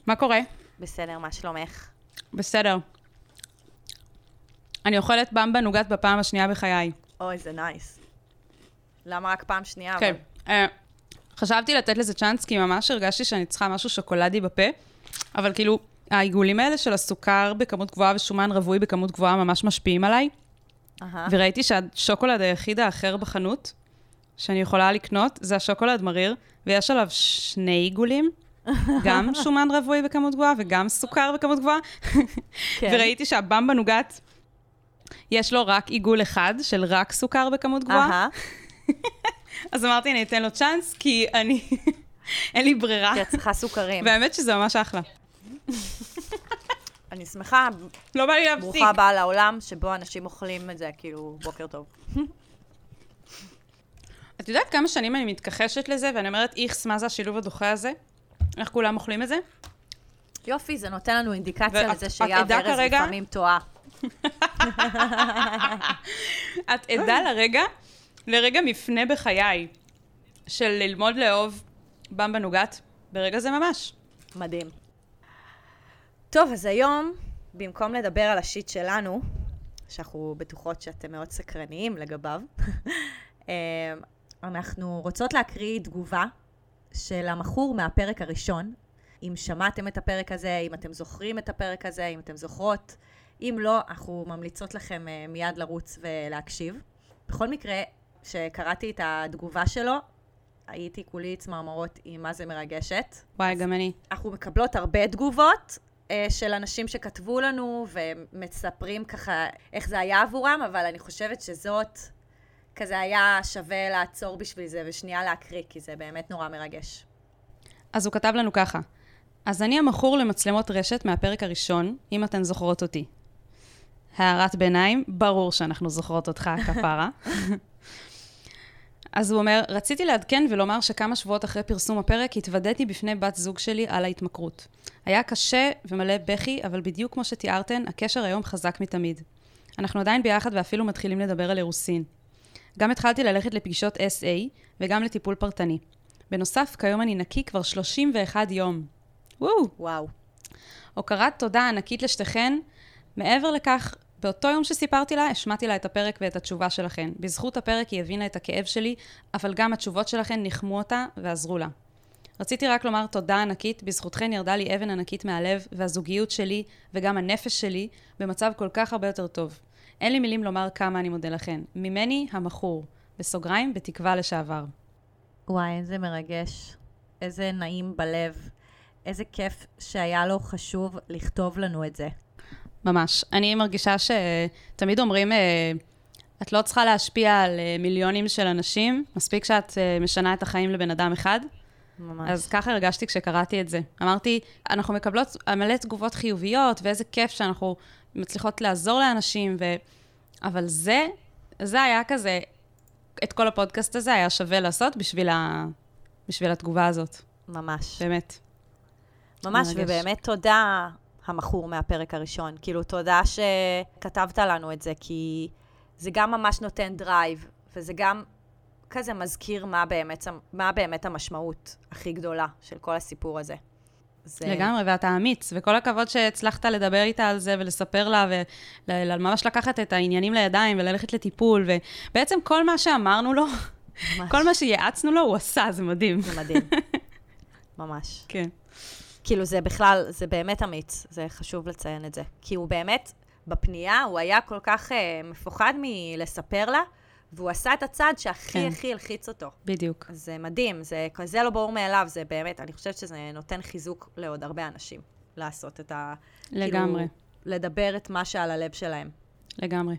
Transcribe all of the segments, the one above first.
מה קורה? בסדר, מה שלומך? בסדר. אני אוכלת במבה נוגת בפעם השנייה בחיי. אוי, זה נייס. למה רק פעם שנייה? כן. חשבתי לתת לזה צ'אנס, כי ממש הרגשתי שאני צריכה משהו שוקולדי בפה, אבל כאילו, העיגולים האלה של הסוכר בכמות גבוהה ושומן רווי בכמות גבוהה ממש משפיעים עליי, וראיתי שהשוקולד היחיד האחר בחנות שאני יכולה לקנות, זה השוקולד מריר, ויש עליו 2 עיגולים, גם שומן רווי בכמות גבוהה וגם סוכר בכמות גבוהה, וראיתי שהבמבה נוגת, יש לו רק עיגול אחד של רק סוכר בכמות גבוהה. אז אמרתי, אני אתן לו צ'אנס, כי אין לי ברירה. כי את צריכה סוכרים. והאמת שזה ממש אחלה. אני שמחה. לא בא לי להפסיק. ברוכה הבאה לעולם, שבו אנשים אוכלים את זה, כאילו, בוקר טוב. את יודעת כמה שנים אני מתכחשת לזה, ואני אומרת, איכס, מה זה השילוב הדוחה הזה? איך כולם אוכלים את זה? יופי, זה נותן לנו אינדיקציה לזה שיה וארז לפעמים טועה. את עדה לרגע מפנה בחיי, של ללמוד לאהוב במבה נוגת, ברגע זה ממש. מדהים. טוב, אז היום, במקום לדבר על השיט שלנו, שאנחנו בטוחות שאתם מאוד סקרניים לגביו, אנחנו רוצות להקריא תגובה של המחור מהפרק הראשון. אם שמעתם את הפרק הזה, אם אתם זוכרים את הפרק הזה, אם אתם זוכרות. אם לא, אנחנו ממליצות לכם מיד לרוץ ולהקשיב. בכל מקרה, שקראתי את התגובה שלו, הייתי כולי צמרמורות עם מה זה מרגשת. וואי, גם אני. אנחנו מקבלות הרבה תגובות של אנשים שכתבו לנו ומספרים ככה איך זה היה עבורם, אבל אני חושבת שזאת כזה היה שווה לעצור בשביל זה ושנייה להקריא, כי זה באמת נורא מרגש. אז הוא כתב לנו ככה: אז אני המחור למצלמות רשת מהפרק הראשון, אם אתן זוכרות אותי. הערת ביניים, ברור שאנחנו זוכרות אותך, כפרה. אז הוא אומר, רציתי לעדכן ולומר שכמה שבועות אחרי פרסום הפרק, התוודעתי בפני בת זוג שלי על ההתמכרות. היה קשה ומלא בכי, אבל בדיוק כמו שתיארתן, הקשר היום חזק מתמיד. אנחנו עדיין ביחד ואפילו מתחילים לדבר על אירוסין. גם התחלתי ללכת לפגישות SA וגם לטיפול פרטני. בנוסף, כיום אני נקי כבר 31 יום. וואו. הוקרת תודה ענקית לשתיכן. מעבר לכך, באותו יום שסיפרתי לה, השמעתי לה את הפרק ואת התשובה שלכן. בזכות הפרק היא הבינה את הכאב שלי, אבל גם התשובות שלכן ניחמו אותה ועזרו לה. רציתי רק לומר תודה ענקית, בזכותכן ירדה לי אבן ענקית מהלב, והזוגיות שלי וגם הנפש שלי במצב כל כך הרבה יותר טוב. אין לי מילים לומר כמה אני מודה לכן. ממני המחור, בסוגריים, בתקווה לשעבר. וואי, איזה מרגש. איזה נעים בלב. איזה כיף שהיה לו חשוב לכתוב לנו את זה. ממש. אני מרגישה שתמיד אומרים, את לא צריכה להשפיע על מיליונים של אנשים, מספיק שאת משנה את החיים לבן אדם אחד. ממש. אז ככה הרגשתי כשקראתי את זה. אמרתי, אנחנו מקבלות מלא תגובות חיוביות, ואיזה כיף שאנחנו מצליחות לעזור לאנשים, אבל זה היה כזה, את כל הפודקאסט הזה היה שווה לעשות בשביל התגובה הזאת. ממש. באמת. ממש, ובאמת תודה המחור מהפרק הראשון. כאילו, תודה שכתבת לנו את זה, כי זה גם ממש נותן דרייב, וזה גם כזה מזכיר מה באמת המשמעות הכי גדולה של כל הסיפור הזה. לגמרי, ואתה אמיץ, וכל הכבוד שהצלחת לדבר איתה על זה ולספר לה, וממש לקחת את העניינים לידיים וללכת לטיפול, ובעצם כל מה שאמרנו לו, כל מה שיעצנו לו, הוא עשה, זה מדהים. זה מדהים. ממש. כן. כאילו זה בכלל, זה באמת אמיץ, זה חשוב לציין את זה. כי הוא באמת, בפנייה, הוא היה כל כך מפוחד מלספר לה, והוא עשה את הצעד שהכי הכי הלחיץ אותו. בדיוק. אז זה מדהים, זה כזה לא ברור מאליו, זה באמת, אני חושבת שזה נותן חיזוק לעוד הרבה אנשים, לעשות את לגמרי. כאילו, לדבר את מה שעל הלב שלהם. לגמרי.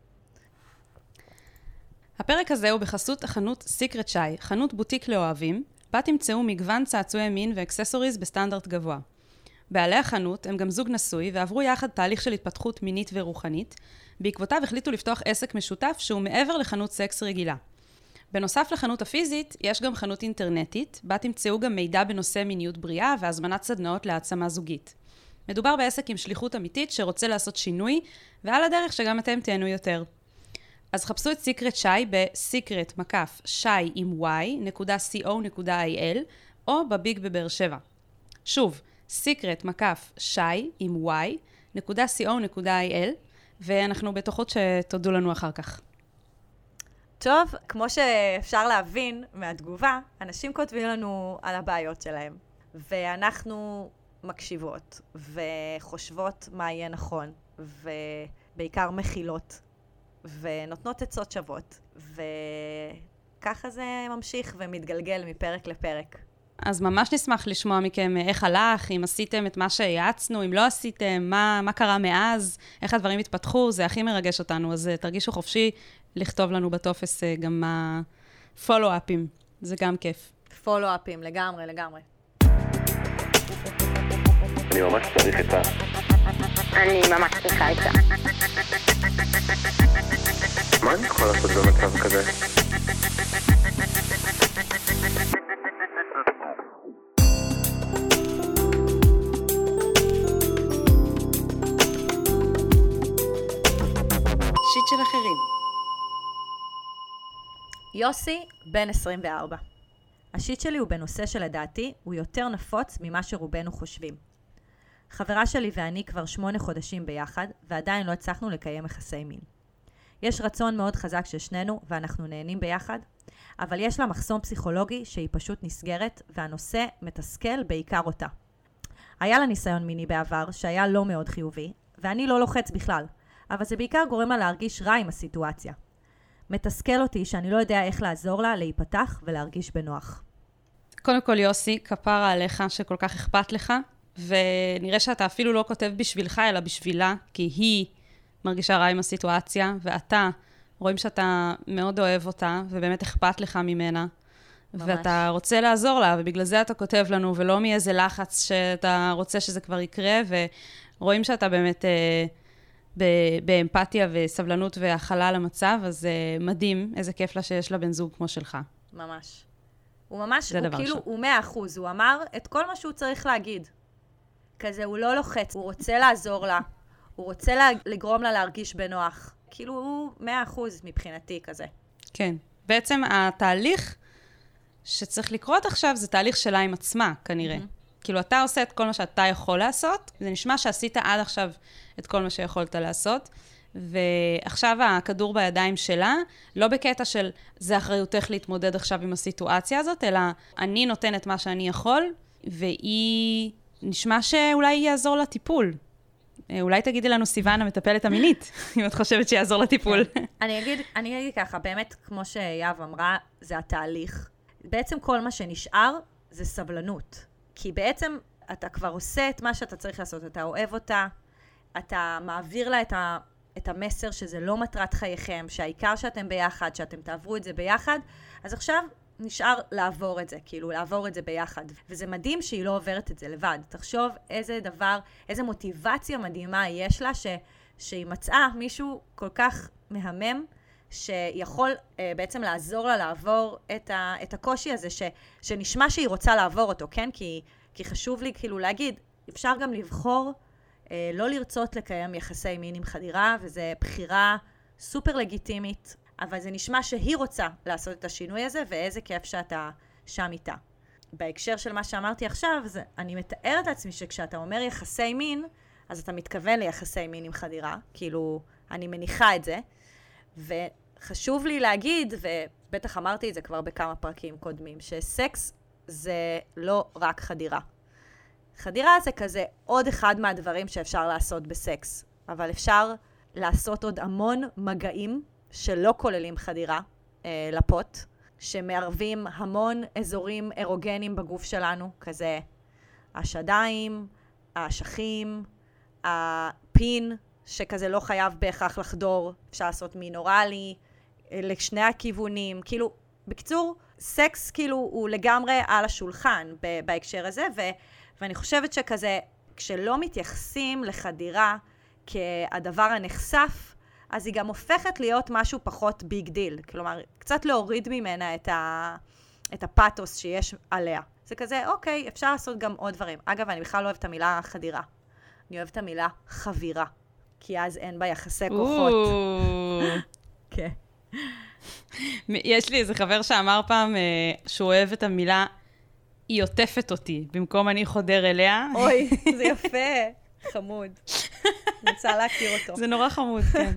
הפרק הזה הוא בחסות החנות סיקרט שי, חנות בוטיק לאוהבים, בה תמצאו מגוון צעצועי מין ואקססוריז בסטנדרט גבוה. בעלי החנות הם גם זוג נשוי ועברו יחד תהליך של התפתחות מינית ורוחנית, בעקבותיו החליטו לפתוח עסק משותף שהוא מעבר לחנות סקס רגילה. בנוסף לחנות הפיזית, יש גם חנות אינטרנטית, בה תמצאו גם מידע בנושא מיניות בריאה והזמנת סדנאות להעצמה זוגית. מדובר בעסק עם שליחות אמיתית שרוצה לעשות שינוי, ועל הדרך שגם אתם תהנו יותר. אז חפשו את סיקרט שי ב-secret_shy.co.il או בביג בבאר שבע. שוב, secret-shy.co.il, ואנחנו בטוחות שתודו לנו אחר כך. טוב, כמו שאפשר להבין מהתגובה, אנשים כותבים לנו על הבעיות שלהם, ואנחנו מקשיבות וחושבות מה יהיה נכון, ובעיקר מכילות, ונותנות עצות שוות, וככה זה ממשיך ומתגלגל מפרק לפרק. אז ממש נשמח לשמוע מכם איך הלך, אם עשיתם את מה שהייעצנו, אם לא עשיתם, מה קרה מאז, איך הדברים התפתחו, זה הכי מרגש אותנו, אז תרגישו חופשי לכתוב לנו בטופס גם פולו-אפים, זה גם כיף. פולו-אפים, לגמרי, לגמרי. אני ממש צריך עצה. אני ממש צריכה עצה. מה אני יכול לעשות במצב כזה? שיט של אחרים. יוסי, בן 24. השיט שלי הוא בנושא שלדעתי הוא יותר נפוץ ממה שרובנו חושבים. חברה שלי ואני כבר 8 חודשים ביחד, ועדיין לא הצלחנו לקיים יחסי מין. יש רצון מאוד חזק של שנינו, ואנחנו נהנים ביחד, אבל יש לה מחסום פסיכולוגי שהיא פשוט נסגרת, והנושא מתסכל בעיקר אותה. היה לה ניסיון מיני בעבר שהיה לא מאוד חיובי, ואני לא לוחץ בכלל, אבל זה בעיקר גורם לה להרגיש רע עם הסיטואציה. מתסכל אותי שאני לא יודע איך לעזור לה להיפתח ולהרגיש בנוח. קודם כל, יוסי, כפרה עליך שכל כך אכפת לך, ונראה שאתה אפילו לא כותב בשבילך, אלא בשבילה, כי היא מרגישה רע עם הסיטואציה, ואתה, רואים שאתה מאוד אוהב אותה, ובאמת אכפת לך ממנה, ממש. ואתה רוצה לעזור לה, ובגלל זה אתה כותב לנו, ולא מאיזה לחץ שאתה רוצה שזה כבר יקרה, ורואים שאתה באמת באמפתיה וסבלנות והכלה למצב, אז מדהים, איזה כיף לה שיש לה בן זוג כמו שלך. ממש. הוא ממש, הוא כאילו, הוא 100%, הוא אמר את כל מה שהוא צריך להגיד. כזה, הוא לא לוחץ, הוא רוצה לעזור לה, הוא רוצה לגרום לה להרגיש בנוח. כאילו, הוא 100% מבחינתי כזה. כן. בעצם התהליך שצריך לקרות עכשיו, זה תהליך שלה עם עצמה, כנראה. כאילו, אתה עושה את כל מה שאתה יכול לעשות, זה נשמע שעשית עד עכשיו את כל מה שיכולת לעשות, ועכשיו הכדור בידיים שלה, לא בקטע של זה אחריותך להתמודד עכשיו עם הסיטואציה הזאת, אלא אני נותנת מה שאני יכול, והיא נשמע שאולי יעזור לטיפול. אולי תגידי לנו סיוון המטפלת המינית, אם את חושבת שיעזור לטיפול. אני אגיד ככה, באמת, כמו שיאב אמרה, זה התהליך. בעצם כל מה שנשאר זה סבלנות. כי בעצם אתה כבר עושה את מה שאתה צריך לעשות, אתה אוהב אותה, אתה מעביר לה את המסר שזה לא מטרת חייכם, שהעיקר שאתם ביחד, שאתם תעברו את זה ביחד, אז עכשיו נשאר לעבור את זה, כאילו לעבור את זה ביחד. וזה מדהים שהיא לא עוברת את זה לבד. תחשוב איזה דבר, איזה מוטיבציה מדהימה יש לה, שהיא מצאה מישהו כל כך מהמם, שיכול בעצם לעזור לה לעבור את הקושי הזה, שנשמע שהיא רוצה לעבור אותו, כן? כי חשוב לי כאילו להגיד, אפשר גם לבחור לא לרצות לקיים יחסי מין עם חדירה, וזה בחירה סופר לגיטימית, אבל זה נשמע שהיא רוצה לעשות את השינוי הזה, ואיזה כיף שאתה שם איתה. בהקשר של מה שאמרתי עכשיו, אני מתארת לעצמי שכשאתה אומר יחסי מין, אז אתה מתכוון ליחסי מין עם חדירה, כאילו אני מניחה את זה, וחשוב לי להגיד, ובטח אמרתי את זה כבר בכמה פרקים קודמים, שסקס זה לא רק חדירה. חדירה זה כזה עוד אחד מהדברים שאפשר לעשות בסקס, אבל אפשר לעשות עוד המון מגעים שלא כוללים חדירה לפות, שמערבים המון אזורים אירוגנים בגוף שלנו, כזה השדיים, האשכים, הפין, שכזה לא חייב בהכרח לחדור, אפשר לעשות מין אוראלי, לשני הכיוונים, כאילו, בקיצור, סקס כאילו הוא לגמרי על השולחן בהקשר הזה, ואני חושבת שכזה, כשלא מתייחסים לחדירה כהדבר הנחשף, אז היא גם הופכת להיות משהו פחות ביג דיל. כלומר, קצת להוריד ממנה את הפאטוס שיש עליה. זה כזה, אוקיי, אפשר לעשות גם עוד דברים. אגב, אני בכלל לא אוהבת את המילה חדירה. אני אוהבת את המילה חבירה. כי אז אין בה יחסי כוחות. כן. יש לי איזה חבר שאמר פעם שהוא אוהב את המילה היא עוטפת אותי, במקום אני חודר אליה. אוי, זה יפה, חמוד. אני רוצה להכיר אותו. זה נורא חמוד, כן.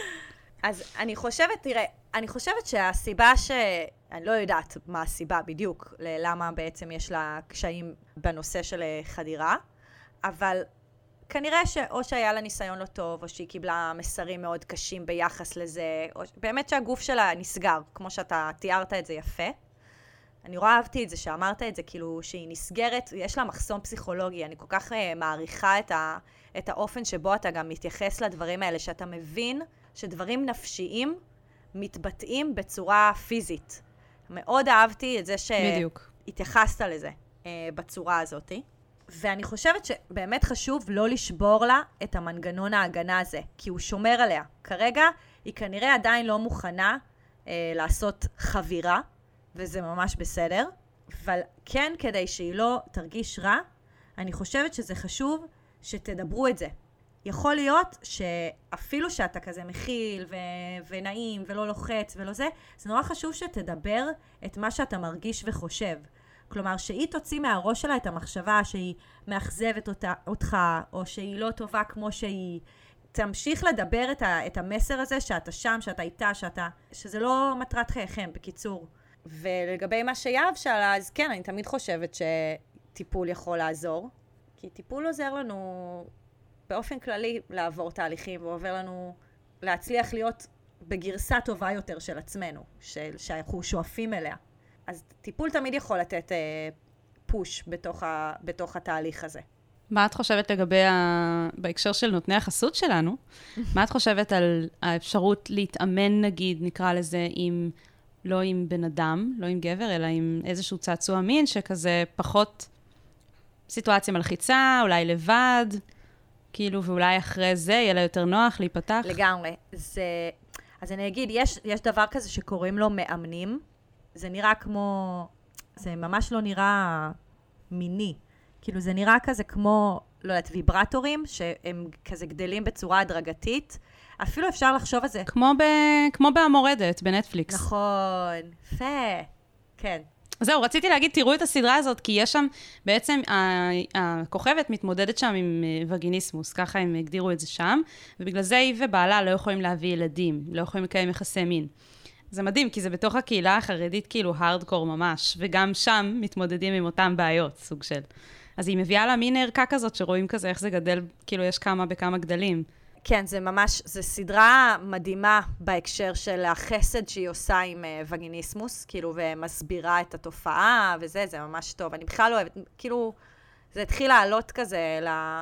אז אני חושבת, תראה, אני חושבת שהסיבה אני לא יודעת מה הסיבה בדיוק, למה בעצם יש לה קשיים בנושא של חדירה, אבל כנראה שאו שהיה לה ניסיון לא טוב, או שהיא קיבלה מסרים מאוד קשים ביחס לזה, או באמת שהגוף שלה נסגר, כמו שאתה תיארת את זה יפה. אני רואה אהבתי את זה שאמרת את זה, כאילו שהיא נסגרת, יש לה מחסום פסיכולוגי, אני כל כך מעריכה את האופן שבו אתה גם מתייחס לדברים האלה, שאתה מבין שדברים נפשיים מתבטאים בצורה פיזית. מאוד אהבתי את זה שהתייחסת לזה בצורה הזאת. ואני חושבת שבאמת חשוב לא לשבור לה את המנגנון ההגנה הזה, כי הוא שומר עליה. כרגע היא כנראה עדיין לא מוכנה לעשות חבירה, וזה ממש בסדר. אבל כן, כדי שהיא לא תרגיש רע, אני חושבת שזה חשוב שתדברו את זה. יכול להיות שאפילו שאתה כזה מכיל ונעים ולא לוחץ ולא זה נורא חשוב שתדבר את מה שאתה מרגיש וחושב. כלומר, שהיא תוציא מהראש שלה את המחשבה שהיא מאכזבת אותך, או שהיא לא טובה כמו שהיא. תמשיך לדבר את המסר הזה שאתה שם, שאתה איתה, שזה לא מטרת חייכם, בקיצור. ולגבי מה שיהב שאלה, אז כן, אני תמיד חושבת שטיפול יכול לעזור, כי טיפול עוזר לנו באופן כללי לעבור תהליכים, ועובר לנו להצליח להיות בגרסה טובה יותר של עצמנו, שאנחנו שואפים אליה. אז טיפול תמיד יכול לתת פוש בתוך התהליך הזה. מה את חושבת לגבי, בהקשר של נותני החסות שלנו, מה את חושבת על האפשרות להתאמן, נגיד, נקרא לזה, לא עם בן אדם, לא עם גבר, אלא עם איזשהו צעצוע מין, שכזה פחות סיטואציה מלחיצה, אולי לבד, כאילו, ואולי אחרי זה יהיה לה יותר נוח להיפתח? לגמרי. אז אני אגיד, יש דבר כזה שקוראים לו מאמנים, זה נראה כמו, זה ממש לא נראה מיני. כאילו זה נראה כזה כמו, לא יודעת, ויברטורים, שהם כזה גדלים בצורה הדרגתית. אפילו אפשר לחשוב על זה. כמו בהמורדת, בנטפליקס. נכון, יפה, כן. זהו, רציתי להגיד, תראו את הסדרה הזאת, כי יש שם, בעצם הכוכבת מתמודדת שם עם וגיניסמוס, ככה הם הגדירו את זה שם, ובגלל זה היא ובעלה לא יכולים להביא ילדים, לא יכולים לקיים יחסי מין. זה מדהים, כי זה בתוך הקהילה החרדית כאילו הארדקור ממש, וגם שם מתמודדים עם אותם בעיות, סוג של. אז היא מביאה לה מין ערכה כזאת, שרואים כזה איך זה גדל, כאילו יש כמה בכמה גדלים. כן, זה ממש, זה סדרה מדהימה בהקשר של החסד שהיא עושה עם וגיניסמוס, כאילו, ומסבירה את התופעה, וזה ממש טוב. אני בכלל לא אוהבת, כאילו, זה התחיל לעלות כזה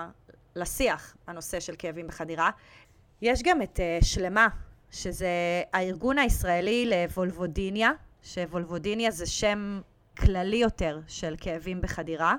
לשיח, הנושא של כאבים בחדירה. יש גם את שלמה, שזה הארגון הישראלי לוולבודיניה, שוולבודיניה זה שם כללי יותר של כאבים בחדירה,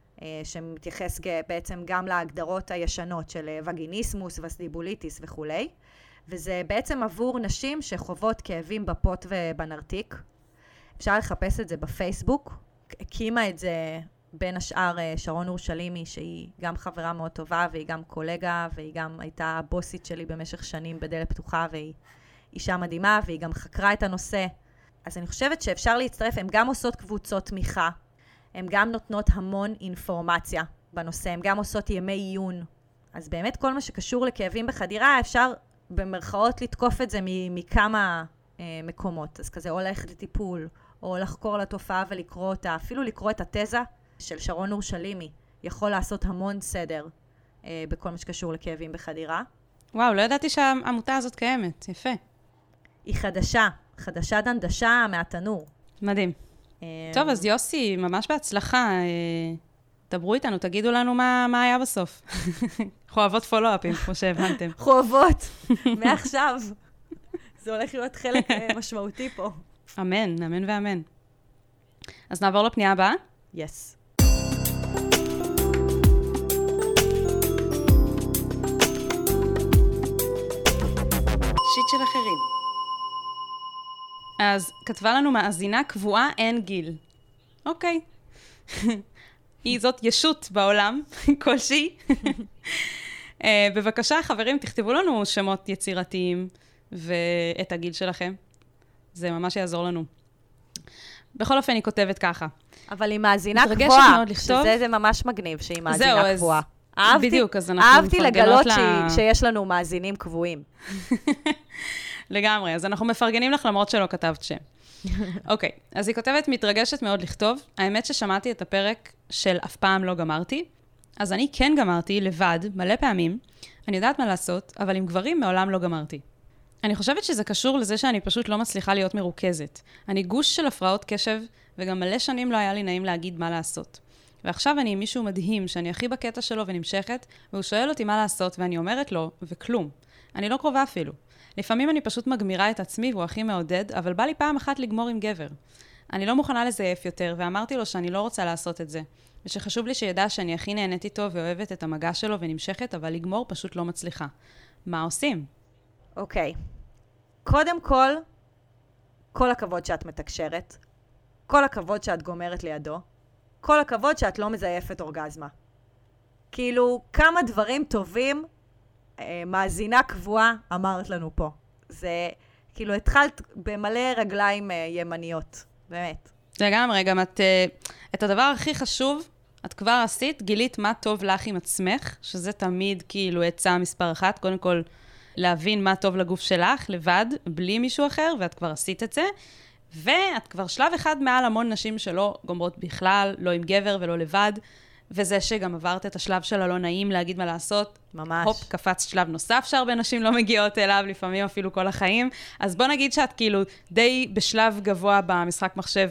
שמתייחס בעצם גם להגדרות הישנות של וגיניסמוס, וסדיבוליטיס וכו'. וזה בעצם עבור נשים שחוות כאבים בפות ובנרתיק. אפשר לחפש את זה בפייסבוק. הקימה את זה בין השאר שרון אורשלימי, שהיא גם חברה מאוד טובה, והיא גם קולגה, והיא גם הייתה הבוסית שלי במשך שנים בדלת פתוחה, והיא אישה מדהימה, והיא גם חקרה את הנושא. אז אני חושבת שאפשר להצטרף, הן גם עושות קבוצות תמיכה, הן גם נותנות המון אינפורמציה בנושא, הן גם עושות ימי עיון. אז באמת כל מה שקשור לכאבים בחדירה, אפשר במרכאות לתקוף את זה מכמה מקומות. אז כזה או ללכת לטיפול, או לחקור לתופעה ולקרוא אותה, אפילו לקרוא את התזה של שרון אורשלימי, יכול לעשות המון סדר בכל מה שקשור לכאבים בחדירה. וואו, לא ידעתי שהעמותה הזאת קיימת, יפה. היא חדשה דנדשה מהתנור. מדהים. טוב, אז יוסי, ממש בהצלחה. דברו איתנו, תגידו לנו מה היה בסוף. אנחנו אוהבות פולו-אפים, כמו שהבנתם. אנחנו אוהבות, מעכשיו. זה הולך להיות חלק משמעותי פה. אמן, אמן ואמן. אז נעבור לפנייה הבאה? יס. שיט של אחרים. אז כתבה לנו מאזינה קבועה אין גיל. אוקיי. זאת ישות בעולם, כלשהי. בבקשה, חברים, תכתבו לנו שמות יצירתיים ואת הגיל שלכם. זה ממש יעזור לנו. בכל אופן, היא כותבת ככה. אבל היא מאזינה מתרגשת גבוהה, מאוד לכתוב. שזה ממש מגניב שהיא מאזינה זהו, אז גבוהה. בדיוק, אז אנחנו אהבתי מפרגנות לגלות לה... שיש לנו מאזינים קבועים. לגמרי, אז אנחנו מפרגנים לך למרות שלא כתבת שם. אוקיי, אז היא כותבת, מתרגשת מאוד לכתוב. האמת ששמעתי את הפרק של אף פעם לא גמרתי, אז אני כן גמרתי לבד מלא פעמים. אני יודעת מה לעשות, אבל עם גברים מעולם לא גמרתי. אני חושבת שזה קשור לזה שאני פשוט לא מצליחה להיות מרוכזת. אני גוש של הפרעות קשב, וגם מלא שנים לא היה לי נעים להגיד מה לעשות. ועכשיו אני עם מישהו מדהים, שאני הכי בקטע שלו ונמשכת, והוא שואל אותי מה לעשות, ואני אומרת לו, וכלום. אני לא קרובה אפילו. לפעמים אני פשוט מגמירה את עצמי, והוא הכי מעודד, אבל בא לי פעם אחת לגמור עם גבר. אני לא מוכנה לזייף יותר, ואמרתי לו שאני לא רוצה לעשות את זה. ושחשוב לי שידע שאני הכי נהנית איתו ואוהבת את המגע שלו ונמשכת, אבל לגמור פשוט לא מצליחה. מה עושים? אוקיי. קודם כל הכבוד שאת מתקשרת, כל הכבוד שאת גומרת לידו, כל הכבוד שאת לא מזייפת אורגזמה. כאילו, כמה דברים טובים, מאזינה קבועה, אמרת לנו פה. זה, כאילו, התחלת במלא רגליים ימניות, באמת. לגמרי, גם את הדבר הכי חשוב, את כבר עשית, גילית מה טוב לך עם עצמך, שזה תמיד כאילו עצה מספר 1, קודם כל להבין מה טוב לגוף שלך, לבד, בלי מישהו אחר, ואת כבר עשית את זה, ואת כבר שלב אחד מעל המון נשים שלא גומרות בכלל, לא עם גבר ולא לבד, וזה שגם עברת את השלב של הלא נעים להגיד מה לעשות, ממש. הופ, קפץ שלב נוסף שהרבה נשים לא מגיעות אליו, לפעמים אפילו כל החיים. אז בוא נגיד שאת כאילו די בשלב גבוה במשחק מחשב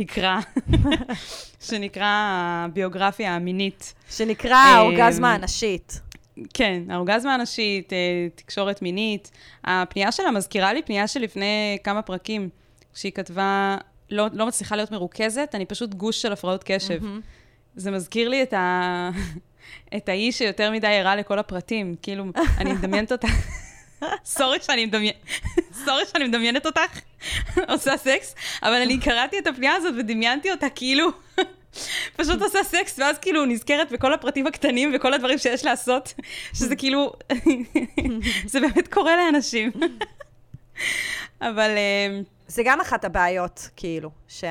שנקרא הביוגרפיה המינית. שנקרא האורגזמה הנשית. כן, האורגזמה הנשית, תקשורת מינית. הפנייה שלה מזכירה לי פנייה שלפני כמה פרקים, כשהיא כתבה, לא מצליחה להיות מרוכזת, אני פשוט גוש של הפרעות קשב. זה מזכיר לי את האיש שיותר מדי הראה לכל הפרטים. כאילו, אני מדמיינת אותה. סורי שאני מדמיינת אותך, עושה סקס, אבל אני קראתי את הפנייה הזאת ודמיינתי אותה כאילו, פשוט עושה סקס, ואז כאילו נזכרת בכל הפרטים הקטנים וכל הדברים שיש לעשות, שזה כאילו, זה באמת קורה לאנשים. אבל... זה גם אחת הבעיות, כאילו,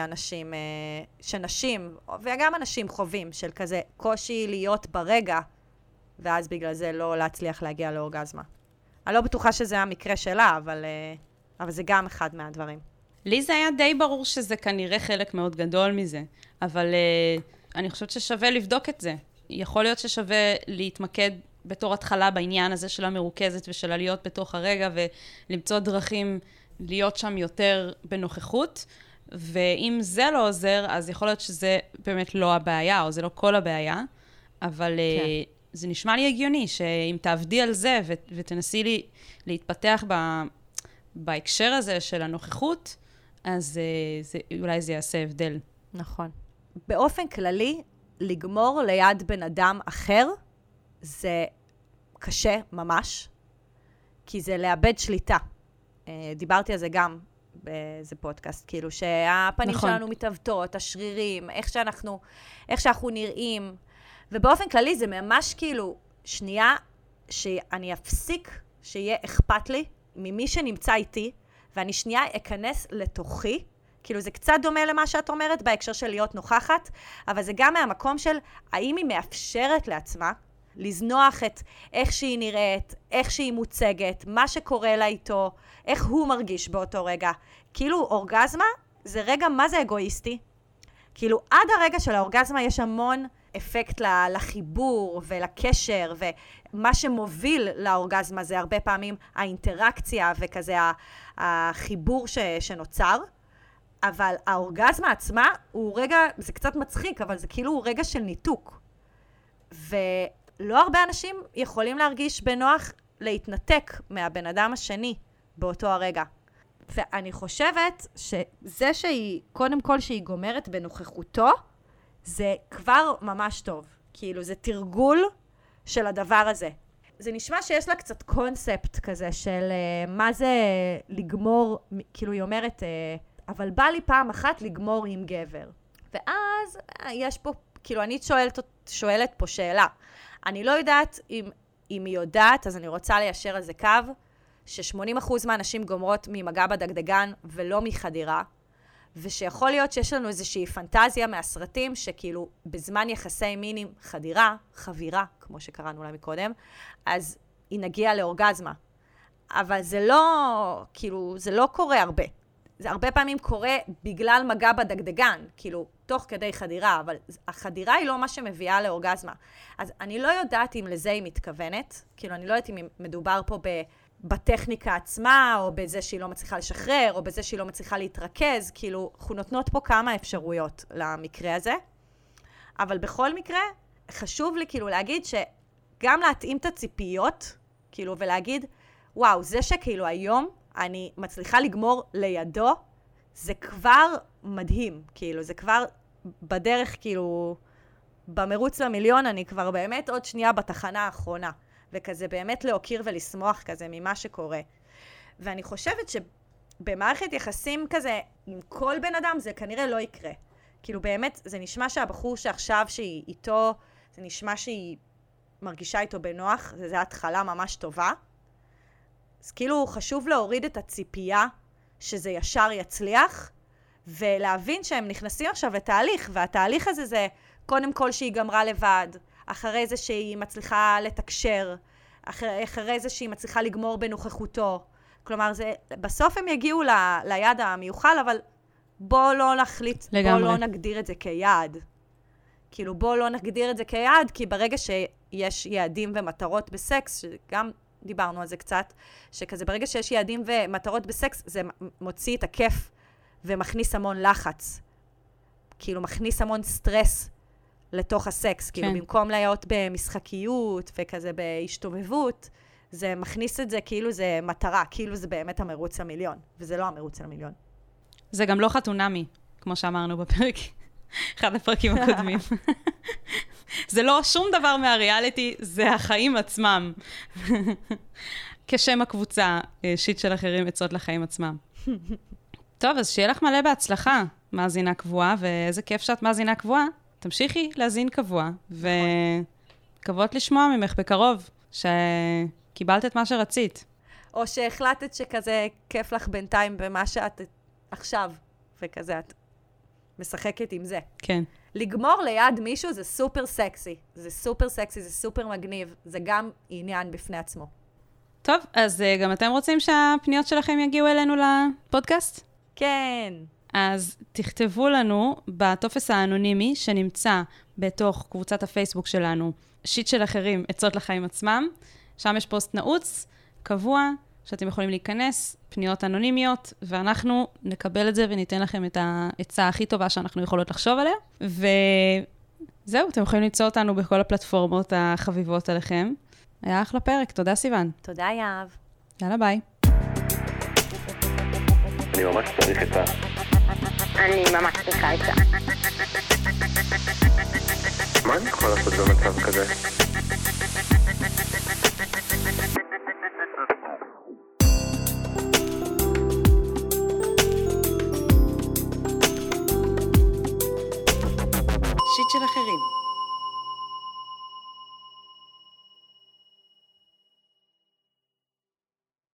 שנשים, וגם אנשים חווים, של כזה קושי להיות ברגע, ואז בגלל זה לא להצליח להגיע לאורגזמה. אני לא בטוחה שזה המקרה שלה, אבל זה גם אחד מהדברים. לי זה היה די ברור שזה כנראה חלק מאוד גדול מזה, אבל אני חושבת ששווה לבדוק את זה. יכול להיות ששווה להתמקד בתור התחלה בעניין הזה של המרוכזת ושל להיות בתוך הרגע, ולמצוא דרכים להיות שם יותר בנוכחות, ואם זה לא עוזר, אז יכול להיות שזה באמת לא הבעיה, או זה לא כל הבעיה, אבל זה נשמע לי הגיוני, שאם תעבדי על זה ותנסי להתפתח בהקשר הזה של הנוכחות, אז אולי זה יעשה הבדל. נכון. באופן כללי, לגמור ליד בן אדם אחר, זה קשה ממש, כי זה לאבד שליטה. דיברתי על זה גם באיזה פודקאסט, כאילו שהפנים שלנו מתעוותות, השרירים, איך שאנחנו נראים, ובאופן כללי זה ממש כאילו שנייה שאני אפסיק שיהיה אכפת לי ממי שנמצא איתי, ואני שנייה אכנס לתוכי, כאילו זה קצת דומה למה שאת אומרת בהקשר של להיות נוכחת, אבל זה גם מהמקום של האם היא מאפשרת לעצמה לזנוח את איך שהיא נראית, איך שהיא מוצגת, מה שקורה לה איתו, איך הוא מרגיש באותו רגע. כאילו אורגזמה זה רגע מה זה אגואיסטי. כאילו עד הרגע של האורגזמה יש המון אפקט לחיבור ולקשר, ומה שמוביל לאורגזמה זה הרבה פעמים האינטראקציה וכזה החיבור שנוצר. אבל האורגזמה עצמה הוא רגע, זה קצת מצחיק, אבל זה כאילו רגע של ניתוק. ולא הרבה אנשים יכולים להרגיש בנוח להתנתק מהבן אדם השני באותו הרגע. ואני חושבת שזה שהיא, קודם כל שהיא גומרת בנוכחותו, זה כבר ממש טוב. כאילו זה תרגול של הדבר הזה. זה נשמע שיש לה קצת קונספט כזה של מה זה לגמור, כאילו היא אומרת, אבל בא לי פעם אחת לגמור עם גבר. ואז יש פה, כאילו אני שואלת פה שאלה. אני לא יודעת אם היא יודעת, אז אני רוצה ליישר על זה קו, ש80% מהנשים גומרות ממגע בדגדגן ולא מחדירה, ושיכול להיות שיש לנו איזושהי פנטזיה מהסרטים, שכאילו בזמן יחסי מינים חבירה, כמו שקראנו לה מקודם, אז היא נגיעה לאורגזמה. אבל זה לא, כאילו, זה לא קורה הרבה. זה הרבה פעמים קורה בגלל מגע בדגדגן, כאילו, תוך כדי חדירה, אבל החדירה היא לא מה שמביאה לאורגזמה. אז אני לא יודעת אם לזה היא מתכוונת, כאילו, אני לא יודעת אם מדובר פה בטכניקה עצמה, או בזה שהיא לא מצליחה לשחרר, או בזה שהיא לא מצליחה להתרכז, כאילו, אנחנו נותנות פה כמה אפשרויות למקרה הזה. אבל בכל מקרה, חשוב לי כאילו להגיד שגם להתאים את הציפיות, כאילו, ולהגיד, וואו, זה שכאילו היום אני מצליחה לגמור לידו, זה כבר מדהים, כאילו, זה כבר בדרך, כאילו, במרוץ למיליון, אני כבר באמת עוד שנייה בתחנה האחרונה, וכזה באמת להוקיר ולשמוח כזה ממה שקורה. ואני חושבת שבמערכת יחסים כזה, עם כל בן אדם, זה כנראה לא יקרה. כאילו, באמת, זה נשמע שהבחור שעכשיו שהיא איתו, זה נשמע שהיא מרגישה איתו בנוח, זו התחלה ממש טובה. אז כאילו חשוב להוריד את הציפייה שזה ישר יצליח, ולהבין שהם נכנסים עכשיו לתהליך, והתהליך הזה זה קודם כל שהיא גמרה לבד, אחרי זה שהיא מצליחה לתקשר, אחרי זה שהיא מצליחה לגמור בנוכחותו. כלומר, בסוף הם יגיעו ליד המיוחל, אבל בוא לא נחליט, בוא לא נגדיר את זה כיעד. כאילו בוא לא נגדיר את זה כיעד, כי ברגע שיש יעדים ומטרות בסקס, שגם דיברנו על זה קצת, שכזה ברגע שיש יעדים ומטרות בסקס, זה מוציא את הכיף ומכניס המון לחץ. כאילו מכניס המון סטרס לתוך הסקס. כאילו במקום להיות במשחקיות וכזה בהשתובבות, זה מכניס את זה כאילו זה מטרה, כאילו זה באמת המרוץ למיליון, וזה לא המרוץ למיליון. זה גם לא חתונמי, כמו שאמרנו בפרק, אחד הפרקים הקודמים. זה לא שום דבר מהריאליטי, זה החיים עצמם. כשם הקבוצה, שיט של אחרים, עצות לחיים עצמם. טוב, אז שיהיה לך מלא בהצלחה, מאזינה קבועה, ואיזה כיף שאת מאזינה קבועה. תמשיכי להזין קבוע, וכבוד לשמוע ממך בקרוב, שקיבלת את מה שרצית. או שהחלטת שכזה כיף לך בינתיים במה שאת עכשיו, וכזה את משחקת עם זה. כן. לגמור ליד מישהו זה סופר סקסי. זה סופר סקסי, זה סופר מגניב. זה גם עניין בפני עצמו. טוב, אז גם אתם רוצים שהפניות שלכם יגיעו אלינו לפודקאסט? כן. אז תכתבו לנו בטופס האנונימי שנמצא בתוך קבוצת הפייסבוק שלנו, שיט של אחרים, עצות לחיים עצמם. שם יש פוסט נעוץ, קבוע, שאתם יכולים להיכנס, פניות אנונימיות, ואנחנו נקבל את זה וניתן לכם את העצה הכי טובה שאנחנו יכולות לחשוב עליה. וזהו, אתם יכולים למצוא אותנו בכל הפלטפורמות החביבות עליכם. היה אחלה פרק, תודה סיוון. תודה יאהב. יאללה ביי. אני ממש צריך את אני ממש צריכה את זה. מה אני יכול לעשות במצב כזה? שיט של אחרים.